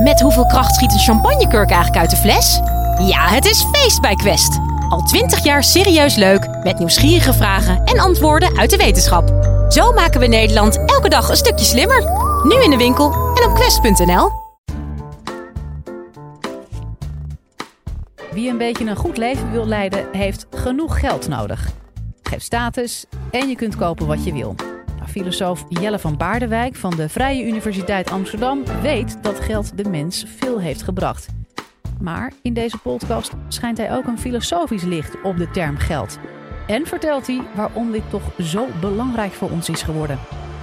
Met hoeveel kracht schiet een champagnekurk eigenlijk uit de fles? Ja, het is feest bij Quest. Al 20 jaar serieus leuk, met nieuwsgierige vragen en antwoorden uit de wetenschap. Zo maken we Nederland elke dag een stukje slimmer. Nu in de winkel en op quest.nl. Wie een beetje een goed leven wil leiden, heeft genoeg geld nodig. Geef status en je kunt kopen wat je wil. Filosoof Jelle van Baardenwijk van de Vrije Universiteit Amsterdam weet dat geld de mens veel heeft gebracht. Maar in deze podcast schijnt hij ook een filosofisch licht op de term geld. En vertelt hij waarom dit toch zo belangrijk voor ons is geworden.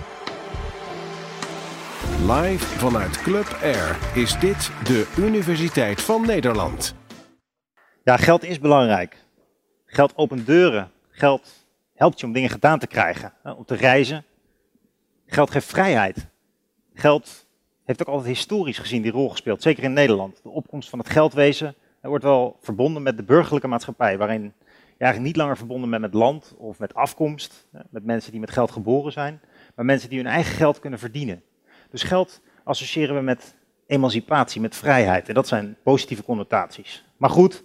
Live vanuit Club Air is dit de Universiteit van Nederland. Ja, geld is belangrijk. Geld opent deuren. Geld helpt je om dingen gedaan te krijgen, om te reizen. Geld geeft vrijheid. Geld heeft ook altijd historisch gezien die rol gespeeld, zeker in Nederland. De opkomst van het geldwezen wordt wel verbonden met de burgerlijke maatschappij, waarin je eigenlijk niet langer verbonden bent met land of met afkomst, met mensen die met geld geboren zijn, maar mensen die hun eigen geld kunnen verdienen. Dus geld associëren we met emancipatie, met vrijheid, en dat zijn positieve connotaties. Maar goed,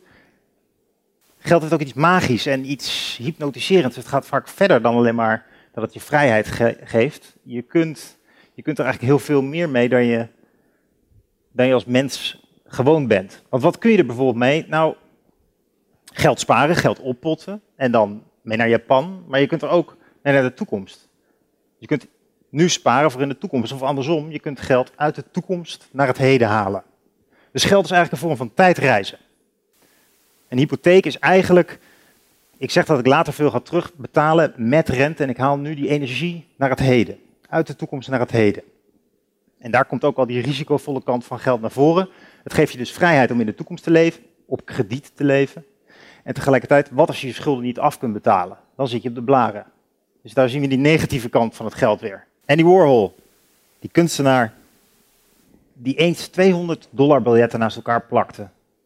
geld heeft ook iets magisch en iets hypnotiserends. Het gaat vaak verder dan alleen maar dat het je vrijheid geeft. Je kunt er eigenlijk heel veel meer mee dan je als mens gewoon bent. Want wat kun je er bijvoorbeeld mee? Nou, geld sparen, geld oppotten en dan mee naar Japan. Maar je kunt er ook mee naar de toekomst. Je kunt nu sparen voor in de toekomst. Of andersom, je kunt geld uit de toekomst naar het heden halen. Dus geld is eigenlijk een vorm van tijdreizen. Een hypotheek is eigenlijk, ik zeg dat ik later veel ga terugbetalen met rente en ik haal nu die energie naar het heden. Uit de toekomst naar het heden. En daar komt ook al die risicovolle kant van geld naar voren. Het geeft je dus vrijheid om in de toekomst te leven, op krediet te leven. En tegelijkertijd, wat als je je schulden niet af kunt betalen? Dan zit je op de blaren. Dus daar zien we die negatieve kant van het geld weer. Andy Warhol, die kunstenaar die eens $200 biljetten naast elkaar plakte.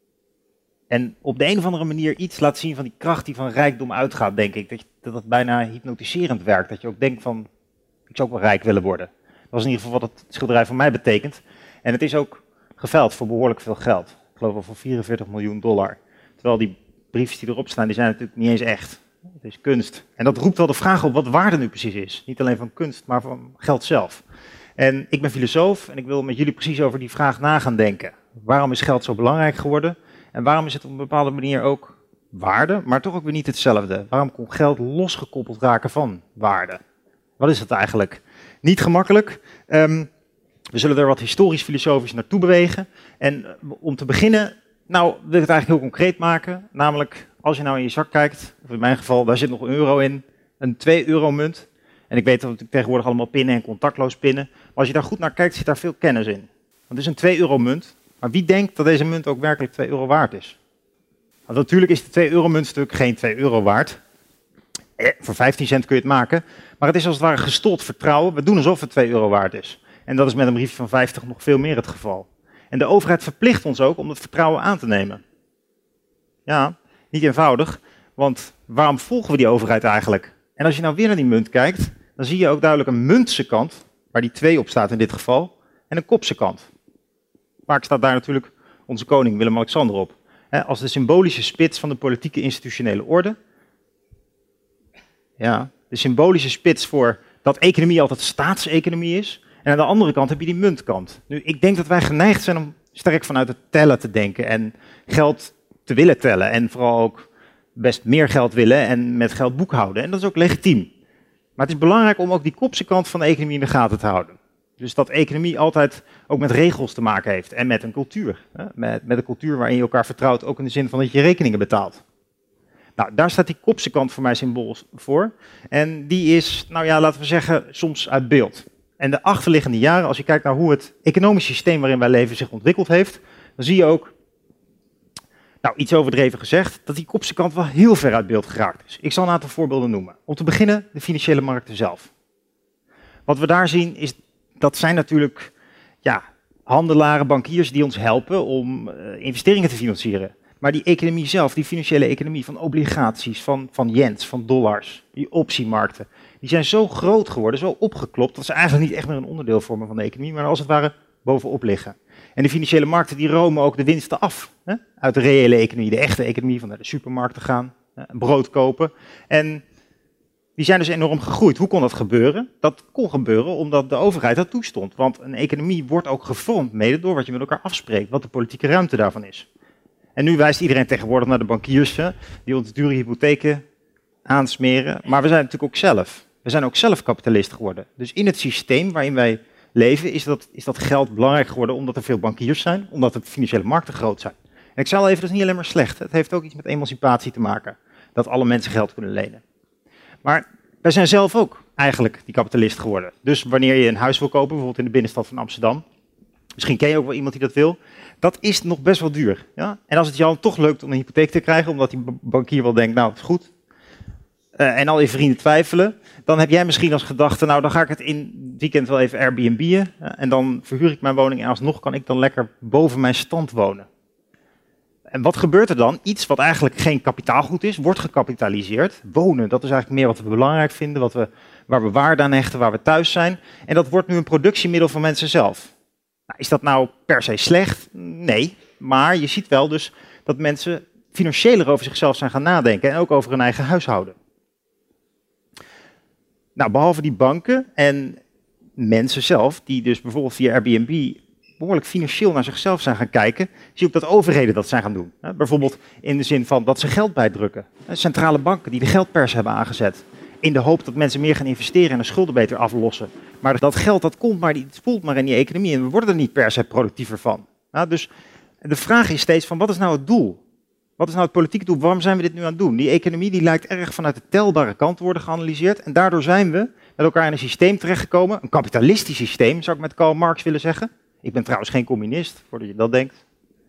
En op de een of andere manier iets laat zien van die kracht die van rijkdom uitgaat, denk ik. Dat het bijna hypnotiserend werkt. Dat je ook denkt van, ik zou ook wel rijk willen worden. Dat is in ieder geval wat het schilderij voor mij betekent. En het is ook geveild voor behoorlijk veel geld. Ik geloof wel voor $44 miljoen. Terwijl die briefjes die erop staan, die zijn natuurlijk niet eens echt. Het is kunst. En dat roept wel de vraag op wat waarde nu precies is. Niet alleen van kunst, maar van geld zelf. En ik ben filosoof en ik wil met jullie precies over die vraag na gaan denken. Waarom is geld zo belangrijk geworden? En waarom is het op een bepaalde manier ook waarde, maar toch ook weer niet hetzelfde? Waarom kon geld losgekoppeld raken van waarde? Wat is dat eigenlijk? Niet gemakkelijk. We zullen er wat historisch-filosofisch naartoe bewegen. En om te beginnen, nou wil ik het eigenlijk heel concreet maken. Namelijk, als je nou in je zak kijkt, of in mijn geval, daar zit nog €1 in, een €2 munt. En ik weet dat we tegenwoordig allemaal pinnen en contactloos pinnen. Maar als je daar goed naar kijkt, zit daar veel kennis in. Want het is een €2 munt. Maar wie denkt dat deze munt ook werkelijk €2 waard is? Want natuurlijk is de €2 muntstuk geen €2 waard. Voor 15 cent kun je het maken. Maar het is als het ware gestold vertrouwen. We doen alsof het €2 waard is. En dat is met een briefje van 50 nog veel meer het geval. En de overheid verplicht ons ook om dat vertrouwen aan te nemen. Ja, niet eenvoudig. Want waarom volgen we die overheid eigenlijk? En als je nou weer naar die munt kijkt, dan zie je ook duidelijk een muntse kant, waar die 2 op staat in dit geval, en een kopse kant. Vaak staat daar natuurlijk onze koning Willem-Alexander op. Als de symbolische spits van de politieke institutionele orde. Ja, de symbolische spits voor dat economie altijd staatseconomie is. En aan de andere kant heb je die muntkant. Nu, ik denk dat wij geneigd zijn om sterk vanuit het tellen te denken en geld te willen tellen. En vooral ook best meer geld willen en met geld boekhouden. En dat is ook legitiem. Maar het is belangrijk om ook die kopse kant van de economie in de gaten te houden. Dus dat economie altijd ook met regels te maken heeft en met een cultuur. Met een cultuur waarin je elkaar vertrouwt, ook in de zin van dat je rekeningen betaalt. Nou, daar staat die kopse kant voor mij symbool voor. En die is, nou ja, laten we zeggen, soms uit beeld. En de achterliggende jaren, als je kijkt naar hoe het economisch systeem waarin wij leven zich ontwikkeld heeft, dan zie je ook, nou iets overdreven gezegd, dat die kopse kant wel heel ver uit beeld geraakt is. Ik zal een aantal voorbeelden noemen. Om te beginnen de financiële markten zelf. Wat we daar zien is, dat zijn natuurlijk handelaren, bankiers die ons helpen om investeringen te financieren. Maar die economie zelf, die financiële economie van obligaties, van yens, van dollars, die optiemarkten, die zijn zo groot geworden, zo opgeklopt, dat ze eigenlijk niet echt meer een onderdeel vormen van de economie, maar als het ware bovenop liggen. En de financiële markten die romen ook de winsten af, hè, uit de reële economie, de echte economie, van naar de supermarkt te gaan, brood kopen. En die zijn dus enorm gegroeid. Hoe kon dat gebeuren? Dat kon gebeuren omdat de overheid dat toestond. Want een economie wordt ook gevormd mede door wat je met elkaar afspreekt, wat de politieke ruimte daarvan is. En nu wijst iedereen tegenwoordig naar de bankiers, die ons dure hypotheken aansmeren. Maar we zijn natuurlijk ook zelf. We zijn ook zelf kapitalist geworden. Dus in het systeem waarin wij leven is dat geld belangrijk geworden omdat er veel bankiers zijn, omdat de financiële markten groot zijn. En ik zal even, dat is niet alleen maar slecht. Het heeft ook iets met emancipatie te maken. Dat alle mensen geld kunnen lenen. Maar wij zijn zelf ook eigenlijk die kapitalist geworden. Dus wanneer je een huis wil kopen, bijvoorbeeld in de binnenstad van Amsterdam. Misschien ken je ook wel iemand die dat wil. Dat is nog best wel duur. Ja? En als het jou toch lukt om een hypotheek te krijgen, omdat die bankier wel denkt, nou, het is goed. En al je vrienden twijfelen, dan heb jij misschien als gedachte, nou, dan ga ik het in het weekend wel even Airbnb'en. En dan verhuur ik mijn woning en alsnog kan ik dan lekker boven mijn stand wonen. En wat gebeurt er dan? Iets wat eigenlijk geen kapitaalgoed is, wordt gecapitaliseerd. Wonen, dat is eigenlijk meer wat we belangrijk vinden, waar we waarde aan hechten, waar we thuis zijn. En dat wordt nu een productiemiddel van mensen zelf. Nou, is dat nou per se slecht? Nee, maar je ziet wel dus dat mensen financieler over zichzelf zijn gaan nadenken en ook over hun eigen huishouden. Nou, behalve die banken en mensen zelf, die dus bijvoorbeeld via Airbnb behoorlijk financieel naar zichzelf zijn gaan kijken, zie je ook dat overheden dat zijn gaan doen. Bijvoorbeeld in de zin van dat ze geld bijdrukken. Centrale banken die de geldpers hebben aangezet. In de hoop dat mensen meer gaan investeren en de schulden beter aflossen. Maar dat geld dat komt maar, het spoelt maar in die economie en we worden er niet per se productiever van. Dus de vraag is steeds van wat is nou het doel? Wat is nou het politieke doel? Waarom zijn we dit nu aan het doen? Die economie die lijkt erg vanuit de telbare kant te worden geanalyseerd. En daardoor zijn we met elkaar in een systeem terechtgekomen. Een kapitalistisch systeem, zou ik met Karl Marx willen zeggen. Ik ben trouwens geen communist, voordat je dat denkt.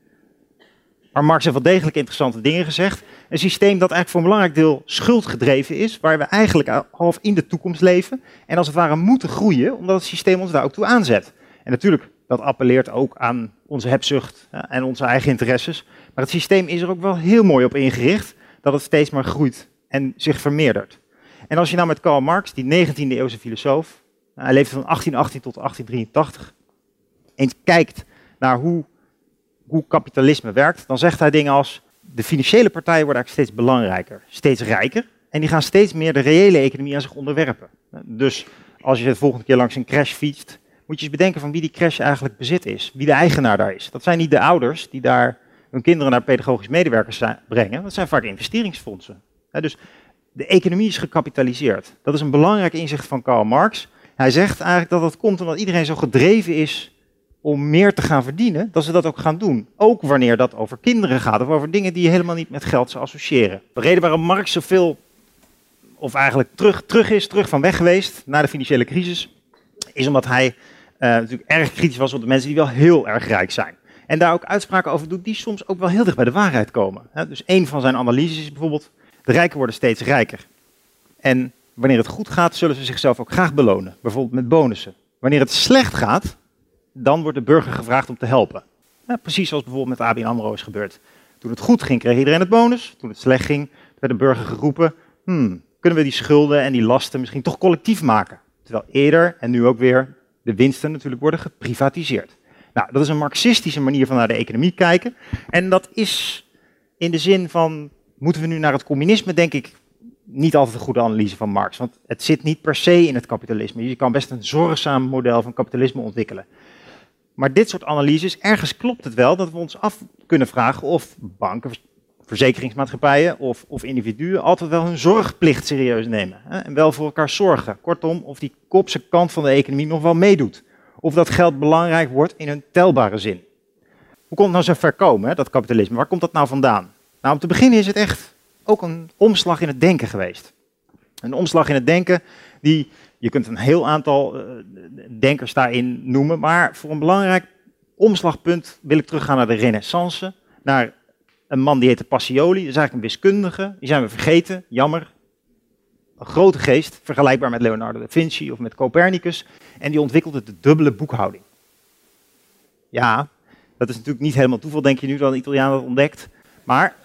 Maar Marx heeft wel degelijk interessante dingen gezegd. Een systeem dat eigenlijk voor een belangrijk deel schuldgedreven is. Waar we eigenlijk half in de toekomst leven. En als het ware moeten groeien, omdat het systeem ons daar ook toe aanzet. En natuurlijk, dat appelleert ook aan onze hebzucht en onze eigen interesses. Maar het systeem is er ook wel heel mooi op ingericht. Dat het steeds maar groeit en zich vermeerdert. En als je nou met Karl Marx, die 19e eeuwse filosoof. Hij leefde van 1818 tot 1883. Eens kijkt naar hoe kapitalisme werkt, dan zegt hij dingen als de financiële partijen worden eigenlijk steeds belangrijker, steeds rijker en die gaan steeds meer de reële economie aan zich onderwerpen. Dus als je de volgende keer langs een crash fietst, moet je eens bedenken van wie die crash eigenlijk bezit is, wie de eigenaar daar is. Dat zijn niet de ouders die daar hun kinderen naar pedagogisch medewerkers brengen, dat zijn vaak investeringsfondsen. Dus de economie is gecapitaliseerd. Dat is een belangrijk inzicht van Karl Marx. Hij zegt eigenlijk dat dat komt omdat iedereen zo gedreven is om meer te gaan verdienen, dat ze dat ook gaan doen. Ook wanneer dat over kinderen gaat of over dingen die je helemaal niet met geld zou associëren. De reden waarom Marx zoveel, of eigenlijk terug van weg geweest na de financiële crisis, is omdat hij natuurlijk erg kritisch was op de mensen die wel heel erg rijk zijn. En daar ook uitspraken over doet die soms ook wel heel dicht bij de waarheid komen. Dus een van zijn analyses is bijvoorbeeld, de rijken worden steeds rijker. En wanneer het goed gaat, zullen ze zichzelf ook graag belonen. Bijvoorbeeld met bonussen. Wanneer het slecht gaat, dan wordt de burger gevraagd om te helpen. Precies zoals bijvoorbeeld met ABN AMRO is gebeurd. Toen het goed ging, kreeg iedereen het bonus. Toen het slecht ging, werd de burger geroepen, kunnen we die schulden en die lasten misschien toch collectief maken? Terwijl eerder, en nu ook weer, de winsten natuurlijk worden geprivatiseerd. Nou, dat is een marxistische manier van naar de economie kijken. En dat is in de zin van, moeten we nu naar het communisme, denk ik, niet altijd een goede analyse van Marx. Want het zit niet per se in het kapitalisme. Je kan best een zorgzaam model van kapitalisme ontwikkelen. Maar dit soort analyses, ergens klopt het wel dat we ons af kunnen vragen of banken, verzekeringsmaatschappijen of individuen altijd wel hun zorgplicht serieus nemen. En wel voor elkaar zorgen. Kortom, of die kopse kant van de economie nog wel meedoet. Of dat geld belangrijk wordt in een telbare zin. Hoe komt het nou zo ver komen, dat kapitalisme? Waar komt dat nou vandaan? Nou, om te beginnen is het echt ook een omslag in het denken geweest. Een omslag in het denken die, je kunt een heel aantal denkers daarin noemen, maar voor een belangrijk omslagpunt wil ik teruggaan naar de Renaissance, naar een man die heette Pacioli, dat is eigenlijk een wiskundige, die zijn we vergeten, jammer. Een grote geest, vergelijkbaar met Leonardo da Vinci of met Copernicus, en die ontwikkelde de dubbele boekhouding. Ja, dat is natuurlijk niet helemaal toeval, denk je nu, dat een Italiaan dat ontdekt, maar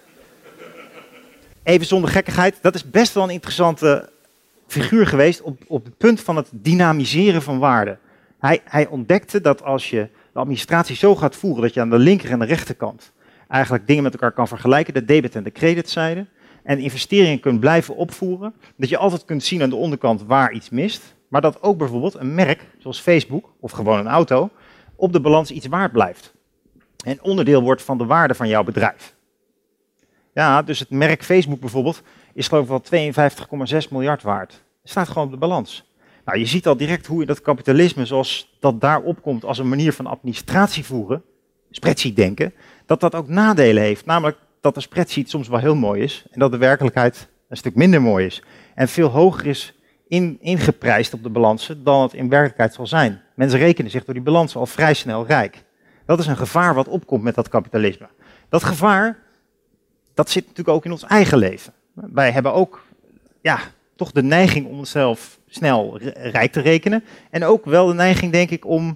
even zonder gekkigheid, dat is best wel een interessante figuur geweest op het punt van het dynamiseren van waarde. Hij ontdekte dat als je administratie zo gaat voeren dat je aan de linker en de rechterkant eigenlijk dingen met elkaar kan vergelijken, de debet- en de creditzijde, en investeringen kunt blijven opvoeren, dat je altijd kunt zien aan de onderkant waar iets mist, maar dat ook bijvoorbeeld een merk, zoals Facebook of gewoon een auto, op de balans iets waard blijft. En onderdeel wordt van de waarde van jouw bedrijf. Ja, dus het merk Facebook bijvoorbeeld is geloof ik wel 52,6 miljard waard. Het staat gewoon op de balans. Nou, je ziet al direct hoe in dat kapitalisme, zoals dat daar opkomt als een manier van administratie voeren, spreadsheet denken, dat dat ook nadelen heeft. Namelijk dat de spreadsheet soms wel heel mooi is en dat de werkelijkheid een stuk minder mooi is. En veel hoger is ingeprijsd op de balansen dan het in werkelijkheid zal zijn. Mensen rekenen zich door die balansen al vrij snel rijk. Dat is een gevaar wat opkomt met dat kapitalisme. Dat gevaar, dat zit natuurlijk ook in ons eigen leven. Wij hebben ook toch de neiging om onszelf snel rijk te rekenen. En ook wel de neiging, denk ik, om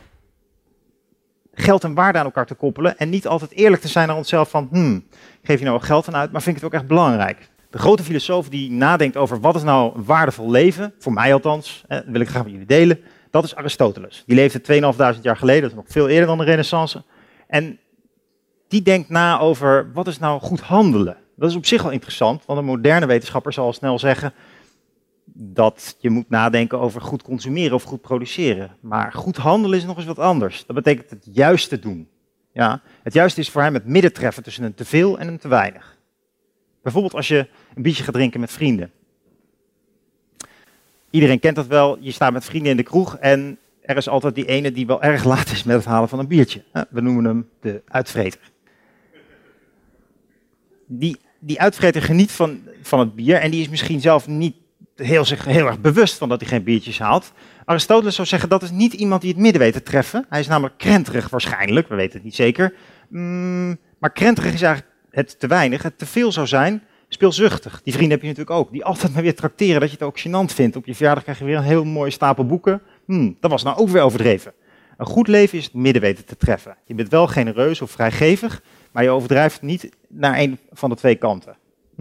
geld en waarde aan elkaar te koppelen. En niet altijd eerlijk te zijn naar onszelf van, geef je nou wel geld aan uit, maar vind ik het ook echt belangrijk. De grote filosoof die nadenkt over wat is nou een waardevol leven, voor mij althans, dat wil ik graag met jullie delen, dat is Aristoteles. Die leefde 2500 jaar geleden, dat is nog veel eerder dan de Renaissance. En die denkt na over wat is nou goed handelen. Dat is op zich wel interessant, want een moderne wetenschapper zal snel zeggen dat je moet nadenken over goed consumeren of goed produceren. Maar goed handelen is nog eens wat anders. Dat betekent het juiste doen. Ja, het juiste is voor hem het midden treffen tussen een teveel en een te weinig. Bijvoorbeeld als je een biertje gaat drinken met vrienden. Iedereen kent dat wel, je staat met vrienden in de kroeg en er is altijd die ene die wel erg laat is met het halen van een biertje. We noemen hem de uitvreter. Die uitvreter geniet van het bier en die is misschien zelf niet heel erg bewust van dat hij geen biertjes haalt. Aristoteles zou zeggen dat is niet iemand die het midden weet te treffen. Hij is namelijk krenterig waarschijnlijk, we weten het niet zeker. Maar krenterig is eigenlijk het te weinig. Het te veel zou zijn speelzuchtig. Die vrienden heb je natuurlijk ook. Die altijd maar weer trakteren dat je het ook gênant vindt. Op je verjaardag krijg je weer een heel mooie stapel boeken. Dat was nou ook weer overdreven. Een goed leven is het midden weten te treffen. Je bent wel genereus of vrijgevig, maar je overdrijft niet naar een van de twee kanten.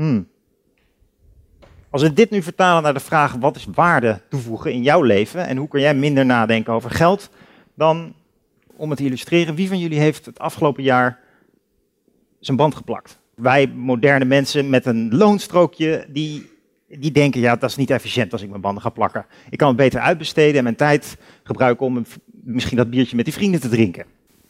Als we dit nu vertalen naar de vraag wat is waarde toevoegen in jouw leven en hoe kun jij minder nadenken over geld, dan om het te illustreren, wie van jullie heeft het afgelopen jaar zijn band geplakt? Wij moderne mensen met een loonstrookje, die denken, ja, dat is niet efficiënt als ik mijn banden ga plakken. Ik kan het beter uitbesteden en mijn tijd gebruiken om misschien dat biertje met die vrienden te drinken.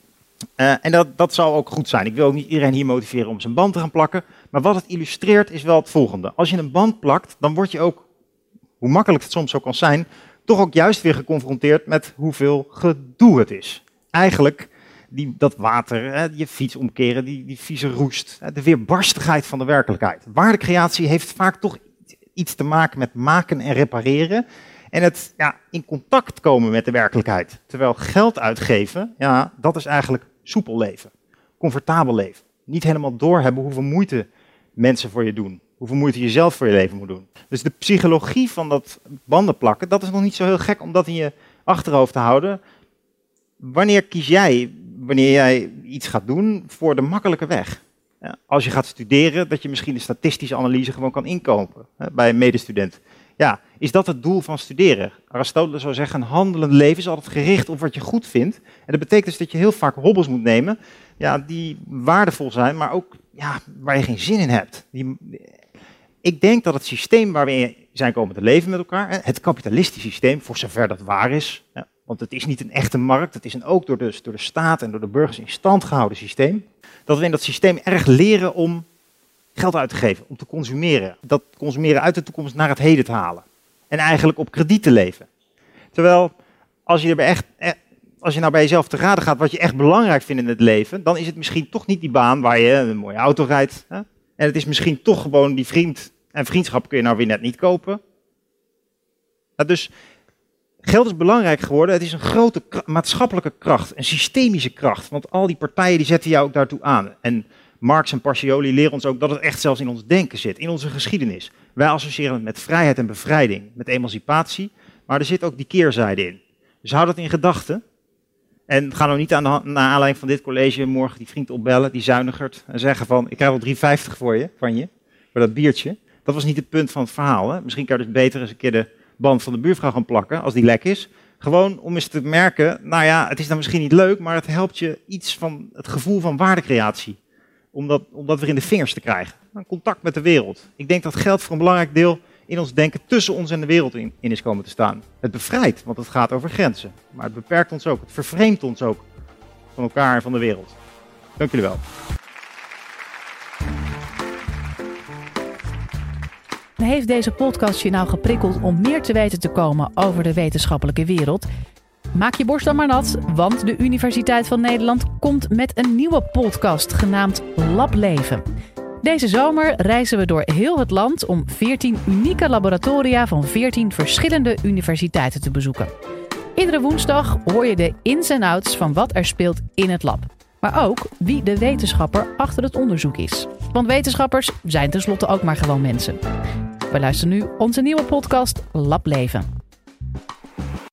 En dat zal ook goed zijn. Ik wil ook niet iedereen hier motiveren om zijn band te gaan plakken. Maar wat het illustreert is wel het volgende. Als je een band plakt, dan word je ook, hoe makkelijk het soms ook kan zijn, toch ook juist weer geconfronteerd met hoeveel gedoe het is. Eigenlijk dat water, je fiets omkeren, die vieze roest, de weerbarstigheid van de werkelijkheid. Waardecreatie heeft vaak toch iets te maken met maken en repareren. En het in contact komen met de werkelijkheid. Terwijl geld uitgeven, dat is eigenlijk soepel leven. Comfortabel leven. Niet helemaal doorhebben hoeveel moeite mensen voor je doen. Hoeveel moeite je zelf voor je leven moet doen. Dus de psychologie van dat banden plakken, dat is nog niet zo heel gek om dat in je achterhoofd te houden. Wanneer kies jij, wanneer jij iets gaat doen, voor de makkelijke weg? Als je gaat studeren, dat je misschien de statistische analyse gewoon kan inkopen bij een medestudent. Ja, is dat het doel van studeren? Aristoteles zou zeggen, een handelend leven is altijd gericht op wat je goed vindt. En dat betekent dus dat je heel vaak hobbels moet nemen, die waardevol zijn, maar ook waar je geen zin in hebt. Ik denk dat het systeem waar we in zijn komen te leven met elkaar, het kapitalistische systeem, voor zover dat waar is, want het is niet een echte markt, het is een ook door de staat en door de burgers in stand gehouden systeem, dat we in dat systeem erg leren om geld uit te geven, om te consumeren. Dat consumeren uit de toekomst naar het heden te halen. En eigenlijk op krediet te leven. Terwijl, als je nou bij jezelf te raden gaat wat je echt belangrijk vindt in het leven, dan is het misschien toch niet die baan waar je een mooie auto rijdt. En het is misschien toch gewoon die vriend. En vriendschap kun je nou weer net niet kopen. Dus geld is belangrijk geworden. Het is een grote maatschappelijke kracht, een systemische kracht. Want al die partijen die zetten jou ook daartoe aan. En Marx en Pacioli leren ons ook dat het echt zelfs in ons denken zit, in onze geschiedenis. Wij associëren het met vrijheid en bevrijding, met emancipatie, maar er zit ook die keerzijde in. Dus hou dat in gedachten. En ga nou niet naar aanleiding van dit college morgen die vriend opbellen, die zuinigert, en zeggen van, ik krijg wel 3,50 van je, voor dat biertje. Dat was niet het punt van het verhaal. Hè? Misschien kan je dus beter eens een keer de band van de buurvrouw gaan plakken, als die lek is. Gewoon om eens te merken, nou ja, het is dan misschien niet leuk, maar het helpt je iets van het gevoel van waardecreatie. Om dat weer in de vingers te krijgen. Contact met de wereld. Ik denk dat geld voor een belangrijk deel in ons denken tussen ons en de wereld in is komen te staan. Het bevrijdt, want het gaat over grenzen. Maar het beperkt ons ook, het vervreemdt ons ook van elkaar en van de wereld. Dank jullie wel. Heeft deze podcast je nou geprikkeld om meer te weten te komen over de wetenschappelijke wereld? Maak je borst dan maar nat, want de Universiteit van Nederland komt met een nieuwe podcast genaamd Lab Leven. Deze zomer reizen we door heel het land om 14 unieke laboratoria van 14 verschillende universiteiten te bezoeken. Iedere woensdag hoor je de ins en outs van wat er speelt in het lab. Maar ook wie de wetenschapper achter het onderzoek is. Want wetenschappers zijn tenslotte ook maar gewoon mensen. We luisteren nu onze nieuwe podcast Lab Leven.